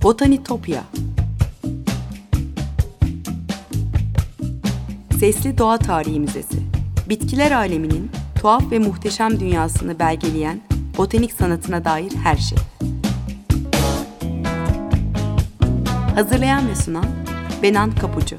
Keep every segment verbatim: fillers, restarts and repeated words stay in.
Botanitopya. Sesli Doğa Tarihi Müzesi. Bitkiler aleminin tuhaf ve muhteşem dünyasını belgeleyen botanik sanatına dair her şey. Hazırlayan ve sunan Benan Kapucu.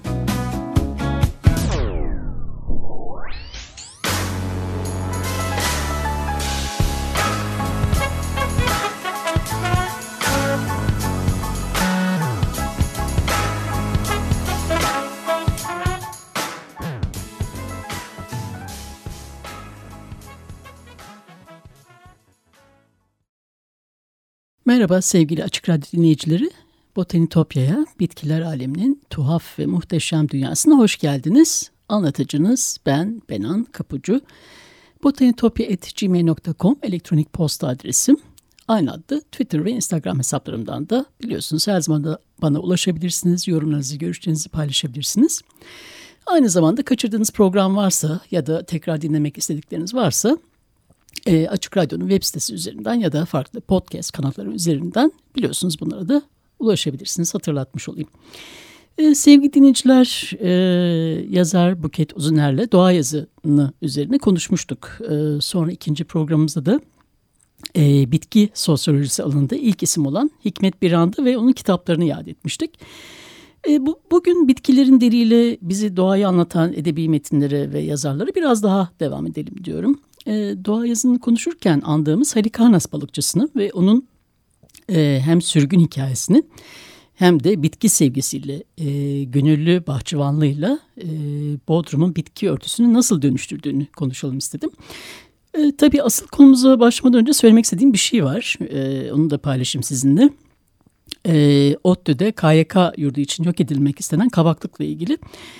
Merhaba sevgili Açık Radyo dinleyicileri. Botanitopya'ya, bitkiler aleminin tuhaf ve muhteşem dünyasına hoş geldiniz. Anlatıcınız ben Benan Kapucu. botanitopya at gmail nokta com elektronik posta adresim. Aynı adlı Twitter ve Instagram hesaplarımdan da biliyorsunuz her zaman da bana ulaşabilirsiniz. Yorumlarınızı, görüşlerinizi paylaşabilirsiniz. Aynı zamanda kaçırdığınız program varsa ya da tekrar dinlemek istedikleriniz varsa E, Açık Radyo'nun web sitesi üzerinden ya da farklı podcast kanalları üzerinden biliyorsunuz bunlara da ulaşabilirsiniz. Hatırlatmış olayım. E, sevgili dinleyiciler, e, yazar Buket Uzuner'le doğa yazını üzerine konuşmuştuk. E, sonra ikinci programımızda da e, bitki sosyolojisi alanında ilk isim olan Hikmet Birand'ı ve onun kitaplarını yad etmiştik. E, bu, bugün bitkilerin diliyle bizi doğayı anlatan edebi metinlere ve yazarlara biraz daha devam edelim diyorum. E, doğa yazını konuşurken andığımız Halikarnas balıkçısını ve onun e, hem sürgün hikayesini hem de bitki sevgisiyle, e, gönüllü bahçıvanlığıyla e, Bodrum'un bitki örtüsünü nasıl dönüştürdüğünü konuşalım istedim. E, tabii asıl konumuza başlamadan önce söylemek istediğim bir şey var. E, onu da paylaşayım sizinle. E, ODTÜ'de K Y K yurdu için yok edilmek istenen kabaklıkla ilgili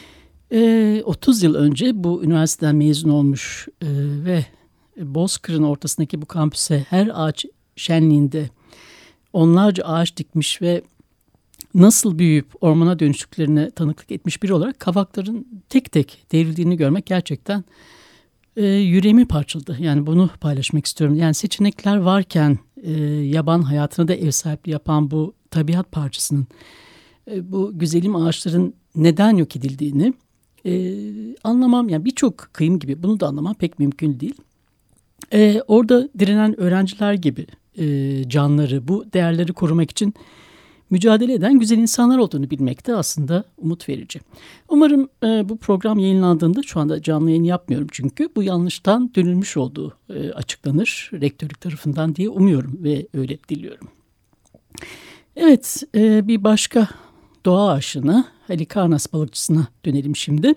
e, otuz yıl önce bu üniversiteden mezun olmuş e, ve Bozkır'ın ortasındaki bu kampüse her ağaç şenliğinde onlarca ağaç dikmiş ve nasıl büyüyüp ormana dönüştüklerine tanıklık etmiş biri olarak kabakların tek tek devrildiğini görmek gerçekten e, yüreğimi parçaladı. Yani bunu paylaşmak istiyorum. Yani seçenekler varken e, yaban hayatına da ev sahipliği yapan bu tabiat parçasının e, bu güzelim ağaçların neden yok edildiğini e, anlamam. Yani birçok kıyım gibi bunu da anlamam pek mümkün değil. Ee, orada direnen öğrenciler gibi e, canları, bu değerleri korumak için mücadele eden güzel insanlar olduğunu bilmek de aslında umut verici. Umarım e, bu program yayınlandığında, şu anda canlı yayın yapmıyorum çünkü, bu yanlıştan dönülmüş olduğu e, açıklanır rektörlük tarafından diye umuyorum ve öyle diliyorum. Evet, e, bir başka doğa aşığına, Halikarnas balıkçısına dönelim şimdi.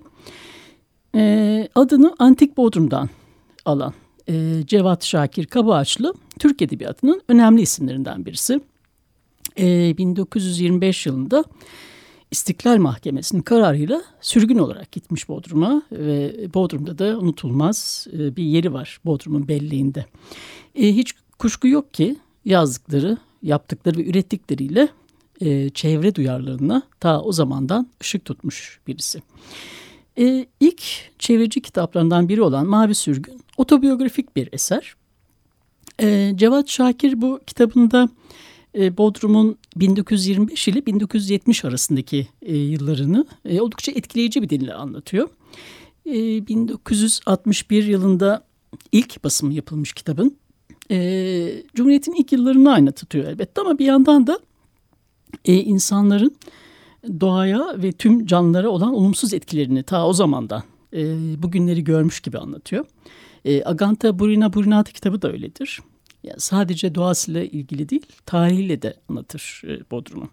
E, adını Antik Bodrum'dan alan E, Cevat Şakir Kabaağaçlı Türk Edebiyatı'nın önemli isimlerinden birisi. E, bin dokuz yüz yirmi beş yılında İstiklal Mahkemesi'nin kararıyla sürgün olarak gitmiş Bodrum'a ve Bodrum'da da unutulmaz e, bir yeri var Bodrum'un belleğinde. E, hiç kuşku yok ki yazdıkları, yaptıkları ve ürettikleriyle e, çevre duyarlılığına ta o zamandan ışık tutmuş birisi. Ee, ilk çevreci kitaplarından biri olan Mavi Sürgün otobiyografik bir eser. Ee, Cevat Şakir bu kitabında e, Bodrum'un bin dokuz yüz yirmi beş ile bin dokuz yüz yetmiş arasındaki e, yıllarını e, oldukça etkileyici bir dille anlatıyor. E, bin dokuz yüz altmış bir yılında ilk basımı yapılmış kitabın e, Cumhuriyet'in ilk yıllarını anlatıyor elbette, ama bir yandan da e, insanların doğaya ve tüm canlılara olan olumsuz etkilerini ta o zamandan e, bugünleri görmüş gibi anlatıyor. E, Aganta Burina Burinata kitabı da öyledir. Yani sadece doğasıyla ilgili değil, tarihiyle de anlatır e, Bodrum'u.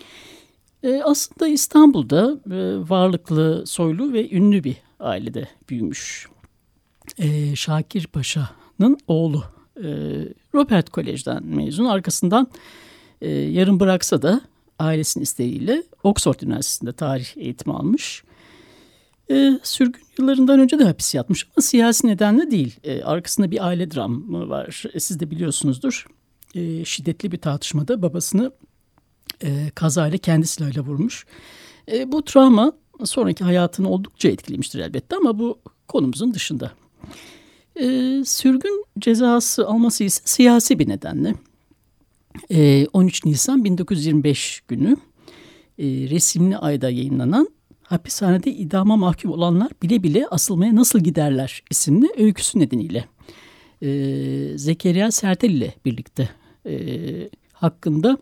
E, aslında İstanbul'da e, varlıklı, soylu ve ünlü bir ailede büyümüş. E, Şakir Paşa'nın oğlu e, Robert Kolej'den mezun. Arkasından e, yarım bıraksa da ailesinin isteğiyle Oxford Üniversitesi'nde tarih eğitimi almış. E, sürgün yıllarından önce de hapis yatmış ama siyasi nedenle değil. E, arkasında bir aile dramı var. E, siz de biliyorsunuzdur. E, şiddetli bir tartışmada babasını e, kazayla kendi silahıyla vurmuş. E, bu travma sonraki hayatını oldukça etkilemiştir elbette ama bu konumuzun dışında. E, sürgün cezası alması ise siyasi bir nedenle. e, on üç Nisan bin dokuz yüz yirmi beş günü e, Resimli Ay'da yayınlanan Hapishanede idama mahkum olanlar bile bile asılmaya nasıl giderler isimli öyküsü nedeniyle e, Zekeriya Sertel ile birlikte e, hakkında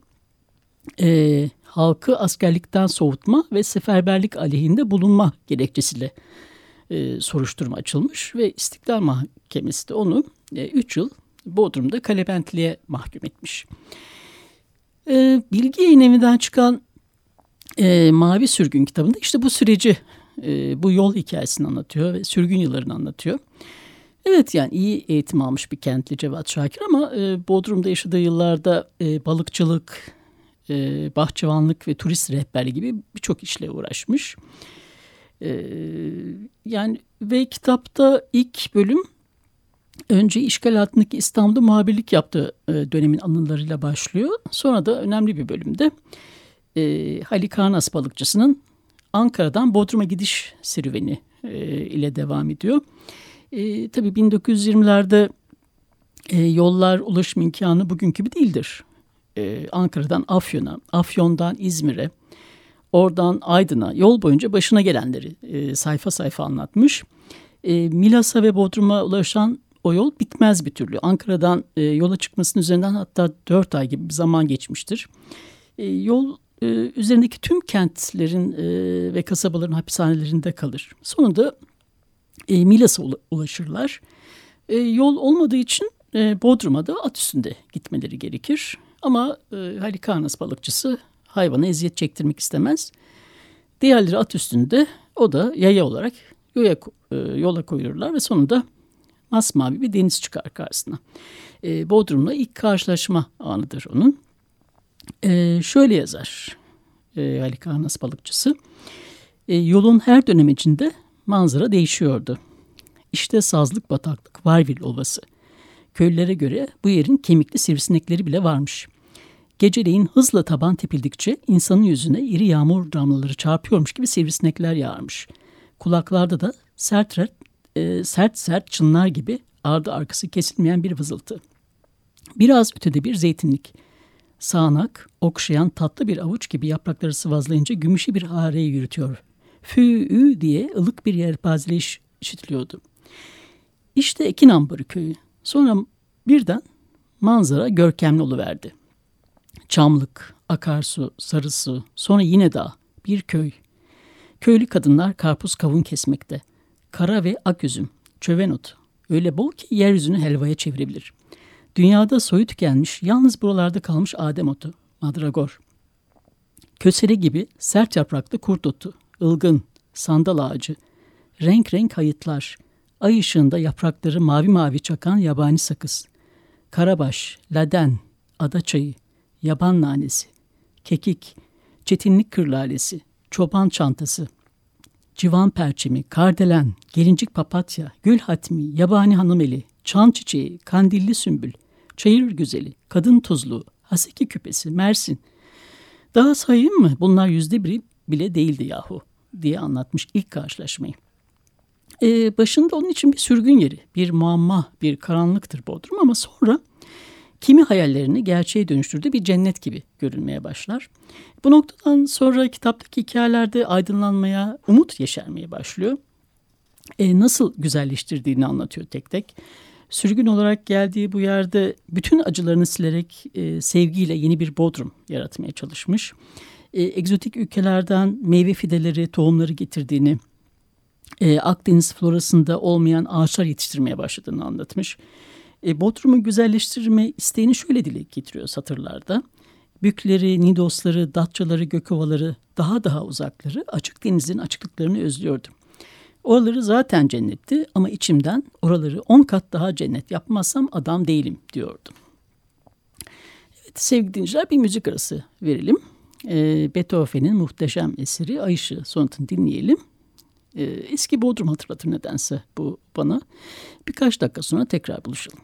e, halkı askerlikten soğutma ve seferberlik aleyhinde bulunma gerekçesiyle e, soruşturma açılmış ve İstiklal Mahkemesi de onu üç e, yıl Bodrum'da kalebentliğe mahkum etmiş. E, Bilgi Yayınevi'nden çıkan e, Mavi Sürgün kitabında işte bu süreci, e, bu yol hikayesini anlatıyor ve sürgün yıllarını anlatıyor. Evet, yani iyi eğitim almış bir kentli Cevat Şakir ama e, Bodrum'da yaşadığı yıllarda e, balıkçılık, e, bahçıvanlık ve turist rehberliği gibi birçok işle uğraşmış. E, yani ve kitapta ilk bölüm önce işgal altındaki İstanbul'da muhabirlik yaptığı e, dönemin anılarıyla başlıyor. Sonra da önemli bir bölümde e, Halikarnas balıkçısının Ankara'dan Bodrum'a gidiş serüveni e, ile devam ediyor. E, tabii bin dokuz yüz yirmilerde e, yollar, ulaşım imkanı bugünkü gibi değildir. E, Ankara'dan Afyon'a, Afyon'dan İzmir'e, oradan Aydın'a yol boyunca başına gelenleri e, sayfa sayfa anlatmış. E, Milas'a ve Bodrum'a ulaşan o yol bitmez bir türlü. Ankara'dan e, yola çıkmasının üzerinden hatta dört ay gibi bir zaman geçmiştir. E, yol e, üzerindeki tüm kentlerin e, ve kasabaların hapishanelerinde kalır. Sonunda e, Milas'a ulaşırlar. E, yol olmadığı için e, Bodrum'a da at üstünde gitmeleri gerekir. Ama e, Halikarnas balıkçısı hayvana eziyet çektirmek istemez. Diğerleri at üstünde, o da yaya olarak yola, e, yola koyulurlar ve sonunda masmavi bir deniz çıkar karşısına. E, Bodrum'la ilk karşılaşma anıdır onun. E, şöyle yazar e, Halikarnas balıkçısı. E, yolun her dönem içinde manzara değişiyordu. İşte sazlık bataklık, Varvil Ovası. Köylülere göre bu yerin kemikli sivrisinekleri bile varmış. Geceleyin hızla taban tepildikçe insanın yüzüne iri yağmur damlaları çarpıyormuş gibi sivrisinekler yağarmış. Kulaklarda da sert sert, e, sert sert çınlar gibi ardı arkası kesilmeyen bir vızıltı. Biraz ötede bir zeytinlik. Sağanak, okşayan tatlı bir avuç gibi yaprakları sıvazlayınca gümüşü bir hareyi yürütüyor. Fü-ü diye ılık bir yelpazeleş işitiliyordu. İşte Ekin Ambarı köyü. Sonra birden manzara görkemli oluverdi. Çamlık, akarsu, sarısu, sonra yine dağ, bir köy. Köylü kadınlar karpuz kavun kesmekte. Kara ve ak üzüm, çöven ot. Öyle bol ki yeryüzünü helvaya çevirebilir. Dünyada soyu tükenmiş, yalnız buralarda kalmış adem otu, madragor. Kösele gibi sert yapraklı kurt otu, ılgın, sandal ağacı, renk renk hayıtlar, ay ışığında yaprakları mavi mavi çakan yabani sakız, karabaş, laden, adaçayı, yaban nanesi, kekik, çetinlik kırlalesi, çoban çantası, civan perçemi, kardelen, gelincik papatya, gül hatmi, yabani hanımeli, çan çiçeği, kandilli sümbül, çayır güzeli, kadın tuzluğu, haseki küpesi, mersin. Daha sayayım mı? Bunlar yüzde biri bile değildi yahu diye anlatmış ilk karşılaşmayı. Ee, başında onun için bir sürgün yeri, bir muamma, bir karanlıktır Bodrum ama sonra kimi hayallerini gerçeğe dönüştürdüğü bir cennet gibi görünmeye başlar. Bu noktadan sonra kitaptaki hikayelerde aydınlanmaya, umut yeşermeye başlıyor. E, nasıl güzelleştirdiğini anlatıyor tek tek. Sürgün olarak geldiği bu yerde bütün acılarını silerek e, sevgiyle yeni bir Bodrum yaratmaya çalışmış. E, egzotik ülkelerden meyve fideleri, tohumları getirdiğini, e, Akdeniz florasında olmayan ağaçlar yetiştirmeye başladığını anlatmış. E, Bodrum'u güzelleştirme isteğini şöyle dile getiriyor satırlarda. Bükleri, Nidosları, Datçaları, Gökovaları, daha daha uzakları, açık denizin açıklıklarını özlüyordum. Oraları zaten cennetti ama içimden oraları on kat daha cennet yapmazsam adam değilim diyordum. Evet sevgili dinleyiciler, bir müzik arası verelim. E, Beethoven'in muhteşem eseri Ay Işığı sonatını dinleyelim. E, eski Bodrum hatırlatır nedense bu bana. Birkaç dakika sonra tekrar buluşalım.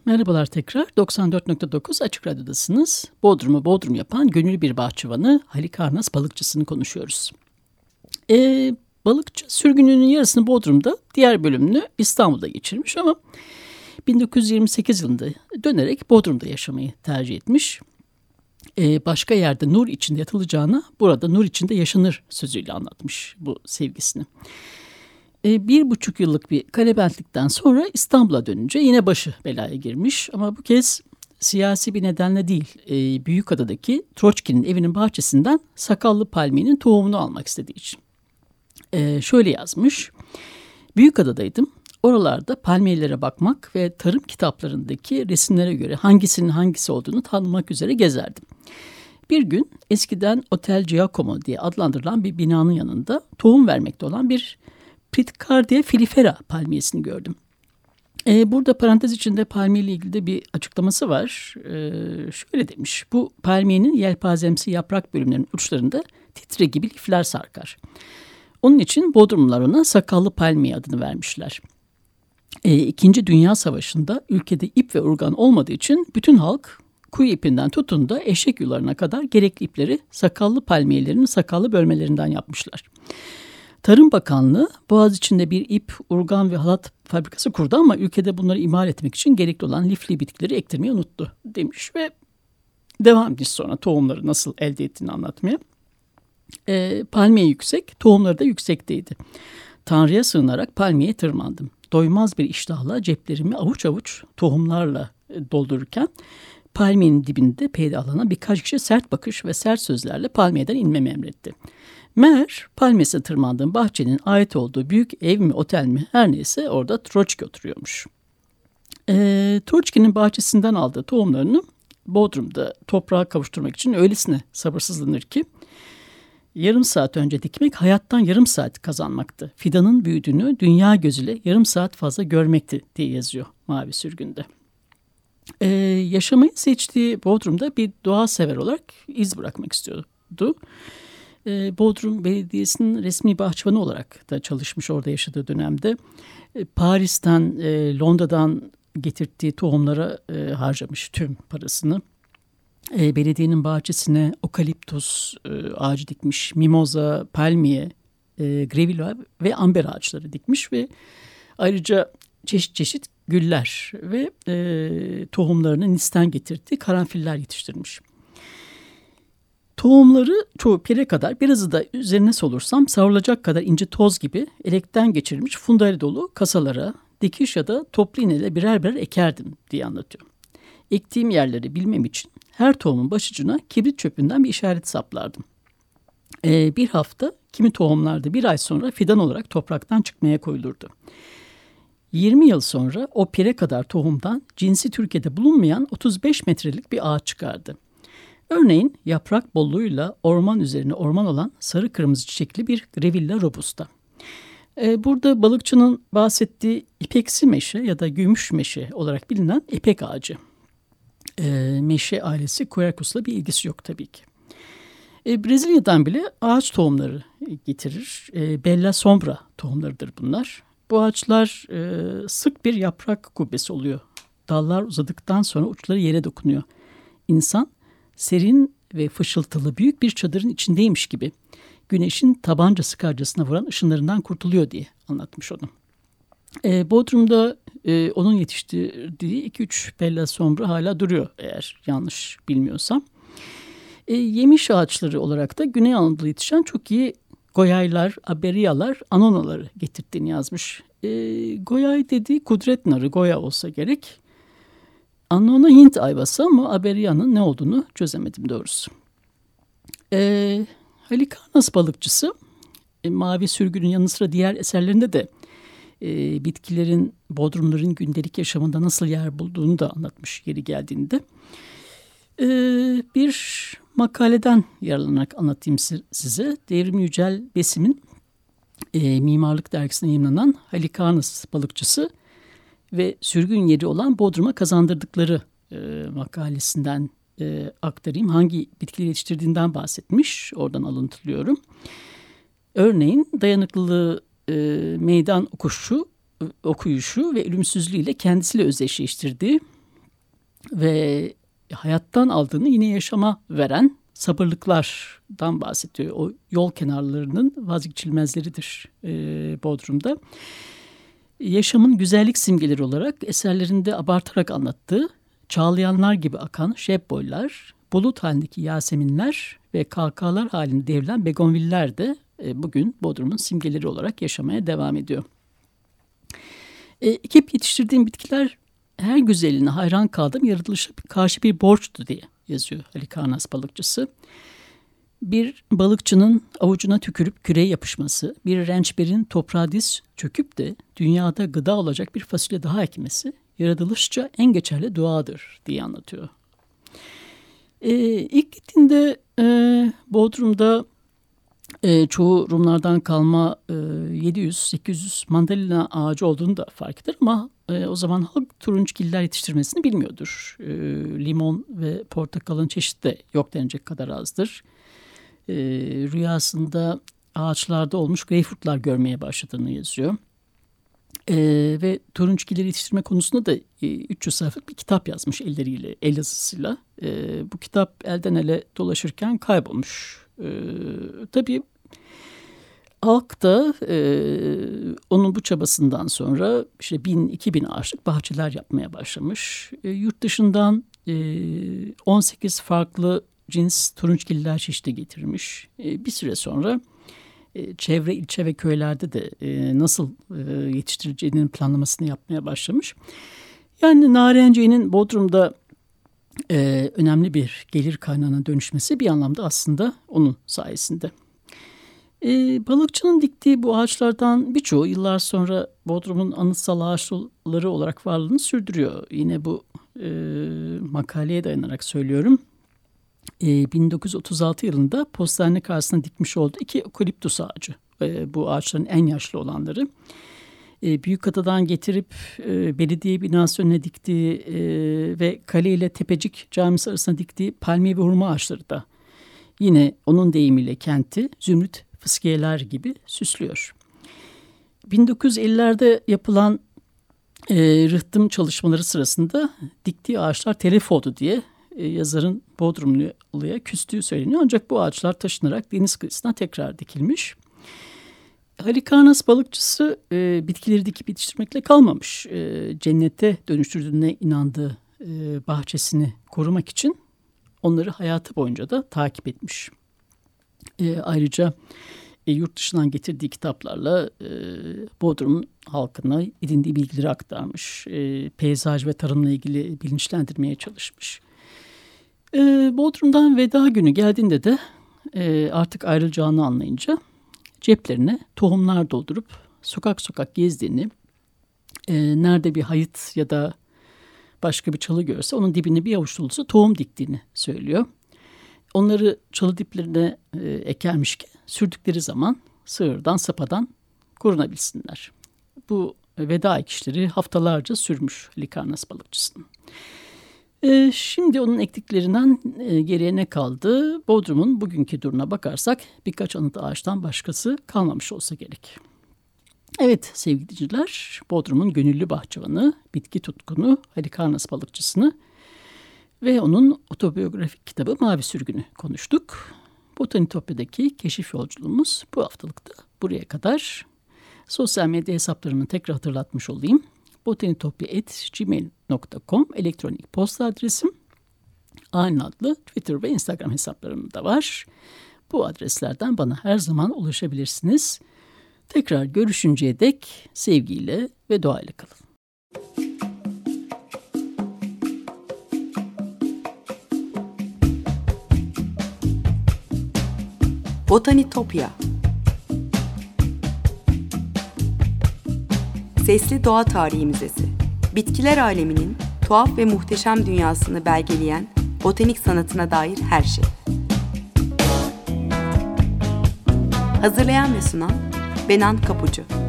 Merhabalar tekrar. doksan dört nokta dokuz Açık Radyo'dasınız. Bodrum'u Bodrum yapan gönüllü bir bahçıvanı Halikarnas balıkçısını konuşuyoruz. Ee, balıkçı sürgününün yarısını Bodrum'da, diğer bölümünü İstanbul'da geçirmiş ama bin dokuz yüz yirmi sekiz yılında dönerek Bodrum'da yaşamayı tercih etmiş. Ee, başka yerde nur içinde yatılacağına burada nur içinde yaşanır sözüyle anlatmış bu sevgisini. Ee, bir buçuk yıllık bir kalebentlikten sonra İstanbul'a dönünce yine başı belaya girmiş ama bu kez siyasi bir nedenle değil, e, Büyükada'daki Troçki'nin evinin bahçesinden sakallı palmiyenin tohumunu almak istediği için. E, şöyle yazmış: Büyükada'daydım. Oralarda palmiyelere bakmak ve tarım kitaplarındaki resimlere göre hangisinin hangisi olduğunu tanımak üzere gezerdim. Bir gün eskiden Otel Giacomo diye adlandırılan bir binanın yanında tohum vermekte olan bir Pitcairdia filifera palmiyesini gördüm. Ee, burada parantez içinde palmiye ile ilgili de bir açıklaması var. Ee, şöyle demiş: bu palmiyenin yelpazemsi yaprak bölümlerinin uçlarında titre gibi lifler sarkar. Onun için Bodrumlular ona sakallı palmiye adını vermişler. Ee, İkinci Dünya Savaşı'nda ülkede ip ve urgan olmadığı için bütün halk kuyu ipinden tutun da eşek yularına kadar gerekli ipleri sakallı palmiyelerin sakallı bölmelerinden yapmışlar. Tarım Bakanlığı Boğaziçi'nde bir ip, urgan ve halat fabrikası kurdu ama ülkede bunları imal etmek için gerekli olan lifli bitkileri ektirmeyi unuttu demiş ve devam etmiş sonra tohumları nasıl elde ettiğini anlatmaya. E, palmiye yüksek, tohumları da yüksekteydi. Tanrı'ya sığınarak palmiyeye tırmandım. Doymaz bir iştahla ceplerimi avuç avuç tohumlarla doldururken palmiyenin dibinde peydahlanan birkaç kişi sert bakış ve sert sözlerle palmiyeden inmemi emretti. Meğer palmiyesine tırmandığım bahçenin ait olduğu büyük ev mi otel mi her neyse orada Troçki oturuyormuş. E, Troçki'nin bahçesinden aldığı tohumlarını Bodrum'da toprağa kavuşturmak için öylesine sabırsızlanır ki yarım saat önce dikmek hayattan yarım saat kazanmaktı. Fidanın büyüdüğünü dünya gözüyle yarım saat fazla görmekti diye yazıyor Mavi Sürgün'de. Ee, yaşamayı seçtiği Bodrum'da bir doğa sever olarak iz bırakmak istiyordu. Ee, Bodrum Belediyesi'nin resmi bahçıvanı olarak da çalışmış orada yaşadığı dönemde. Ee, Paris'ten, e, Londra'dan getirdiği tohumlara e, harcamış tüm parasını. E, belediyenin bahçesine okaliptus e, ağacı dikmiş, mimoza, palmiye, e, grevilla ve amber ağaçları dikmiş ve ayrıca çeşit çeşit güller ve e, tohumlarını Nice'ten getirdiği karanfiller yetiştirmiş. Tohumları çoğu pire kadar, birazı da üzerine solursam savrulacak kadar ince toz gibi elekten geçirilmiş fundayla dolu kasalara dikiş ya da toplu iğneyle birer birer ekerdim diye anlatıyor. Ektiğim yerleri bilmem için her tohumun başucuna kibrit çöpünden bir işaret saplardım. Ee, bir hafta, kimi tohumlarda bir ay sonra fidan olarak topraktan çıkmaya koyulurdu. yirmi yıl sonra o pire kadar tohumdan cinsi Türkiye'de bulunmayan otuz beş metrelik bir ağaç çıkardı. Örneğin yaprak bolluğuyla orman üzerine orman olan sarı kırmızı çiçekli bir Grevilla robusta. Ee, burada balıkçının bahsettiği ipeksi meşe ya da gümüş meşe olarak bilinen ipek ağacı. E, meşe ailesi Quercus'la bir ilgisi yok tabii ki. E, Brezilya'dan bile ağaç tohumları getirir. E, Bella Sombra tohumlarıdır bunlar. Bu ağaçlar e, sık bir yaprak kubbesi oluyor. Dallar uzadıktan sonra uçları yere dokunuyor. İnsan serin ve fışıltılı büyük bir çadırın içindeymiş gibi güneşin tabanca sıkarcasına vuran ışınlarından kurtuluyor diye anlatmış onu. E, Bodrum'da e, onun yetiştirdiği iki üç Bella Sombra hala duruyor eğer yanlış bilmiyorsam. E, yemiş ağaçları olarak da Güney Anadolu'da yetişen çok iyi goyaylar, aberiyalar, anonaları getirdiğini yazmış. E, goyay dediği kudret narı, goya olsa gerek. Anona Hint ayvası ama aberiyanın ne olduğunu çözemedim doğrusu. E, Halikarnas balıkçısı e, Mavi Sürgün'ün yanı sıra diğer eserlerinde de E, bitkilerin, Bodrumların gündelik yaşamında nasıl yer bulduğunu da anlatmış yeri geldiğinde. E, bir makaleden yararlanarak anlatayım size. Devrim Yücel Besim'in e, Mimarlık Dergisi'ne yayımlanan Halikarnas balıkçısı ve sürgün yeri olan Bodrum'a kazandırdıkları e, makalesinden e, aktarayım. Hangi bitkileri yetiştirdiğinden bahsetmiş. Oradan alıntılıyorum. Örneğin dayanıklılığı e, meydan okuşu, okuyuşu ve ölümsüzlüğüyle kendisiyle özdeşleştirdiği ve hayattan aldığını yine yaşama veren sabırlıklardan bahsediyor. O yol kenarlarının vazgeçilmezleridir e, Bodrum'da. Yaşamın güzellik simgeleri olarak eserlerinde abartarak anlattığı çağlayanlar gibi akan şebboylar, bulut halindeki yaseminler ve kalkalar halinde devrilen begonviller de e, bugün Bodrum'un simgeleri olarak yaşamaya devam ediyor. E, ekip yetiştirdiğim bitkiler her güzelliğine hayran kaldım, yaratılışa karşı bir borçtu diye yazıyor Halikarnas balıkçısı. Bir balıkçının avucuna tükürüp küreye yapışması, bir rençberin toprağa diz çöküp de dünyada gıda olacak bir fasulye daha ekmesi, yaratılışça en geçerli duadır diye anlatıyor. Ee, ilk gittiğinde e, Bodrum'da e, çoğu Rumlardan kalma e, yedi yüz sekiz yüz mandalina ağacı olduğunu da fark eder ama e, o zaman halk turunçgiller yetiştirmesini bilmiyordur. E, limon ve portakalın çeşidi de yok denecek kadar azdır. E, rüyasında ağaçlarda olmuş greyfurtlar görmeye başladığını yazıyor. E, ve turunçgilleri yetiştirme konusunda da e, üç yüz sayfalık bir kitap yazmış elleriyle, el yazısıyla. E, bu kitap elden ele dolaşırken kaybolmuş. E, tabii halk da e, onun bu çabasından sonra işte bin iki bin ağaçlık bahçeler yapmaya başlamış. E, yurt dışından e, on sekiz farklı cins turunçgiller çeşidi getirmiş. E, bir süre sonra e, çevre ilçe ve köylerde de e, nasıl e, yetiştireceğinin planlamasını yapmaya başlamış. Yani narenciyenin Bodrum'da e, önemli bir gelir kaynağına dönüşmesi bir anlamda aslında onun sayesinde. E, balıkçının diktiği bu ağaçlardan birçoğu yıllar sonra Bodrum'un anıtsal ağaçları olarak varlığını sürdürüyor. Yine bu e, makaleye dayanarak söylüyorum. E, bin dokuz yüz otuz altı yılında postane karşısına dikmiş olduğu iki okaliptus ağacı. E, bu ağaçların en yaşlı olanları. E, Büyükada'dan getirip e, belediye binası önüne diktiği e, ve Kale ile Tepecik Camisi arasında diktiği palmiye ve hurma ağaçları da yine onun deyimiyle kenti zümrüt fıskiyeler gibi süslüyor. bin dokuz yüz ellilerde yapılan e, rıhtım çalışmaları sırasında diktiği ağaçlar telef oldu diye e, yazarın Bodrumlu'ya küstüğü söyleniyor. Ancak bu ağaçlar taşınarak deniz kıyısına tekrar dikilmiş. Halikarnas balıkçısı e, bitkileri dikip yetiştirmekle kalmamış. E, cennete dönüştürdüğüne inandığı e, bahçesini korumak için onları hayatı boyunca da takip etmiş. E, ayrıca e, yurt dışından getirdiği kitaplarla e, Bodrum'un halkına edindiği bilgileri aktarmış. E, peyzaj ve tarımla ilgili bilinçlendirmeye çalışmış. E, Bodrum'dan veda günü geldiğinde de e, artık ayrılacağını anlayınca ceplerine tohumlar doldurup sokak sokak gezdiğini, e, nerede bir hayıt ya da başka bir çalı görse onun dibine bir avuç dolusu tohum diktiğini söylüyor. Onları çalı diplerine e, ekermiş ki sürdükleri zaman sığırdan sapadan korunabilsinler. Bu veda ekişleri haftalarca sürmüş Halikarnas balıkçısının. E, şimdi onun ektiklerinden e, geriye ne kaldı? Bodrum'un bugünkü durumuna bakarsak birkaç anıt ağaçtan başkası kalmamış olsa gerek. Evet sevgili dinleyiciler, Bodrum'un gönüllü bahçıvanı, bitki tutkunu Halikarnas balıkçısını ve onun otobiyografik kitabı Mavi Sürgün'ü konuştuk. Botanitopya'daki keşif yolculuğumuz bu haftalıkta buraya kadar. Sosyal medya hesaplarımı tekrar hatırlatmış olayım. botanitopya at gmail nokta com elektronik posta adresim. Aynı adlı Twitter ve Instagram hesaplarım da var. Bu adreslerden bana her zaman ulaşabilirsiniz. Tekrar görüşünceye dek sevgiyle ve doğayla kalın. Botanitopya. Sesli Doğa Tarihi Müzesi. Bitkiler aleminin tuhaf ve muhteşem dünyasını belgeleyen botanik sanatına dair her şey. Hazırlayan ve sunan Benan Kapucu.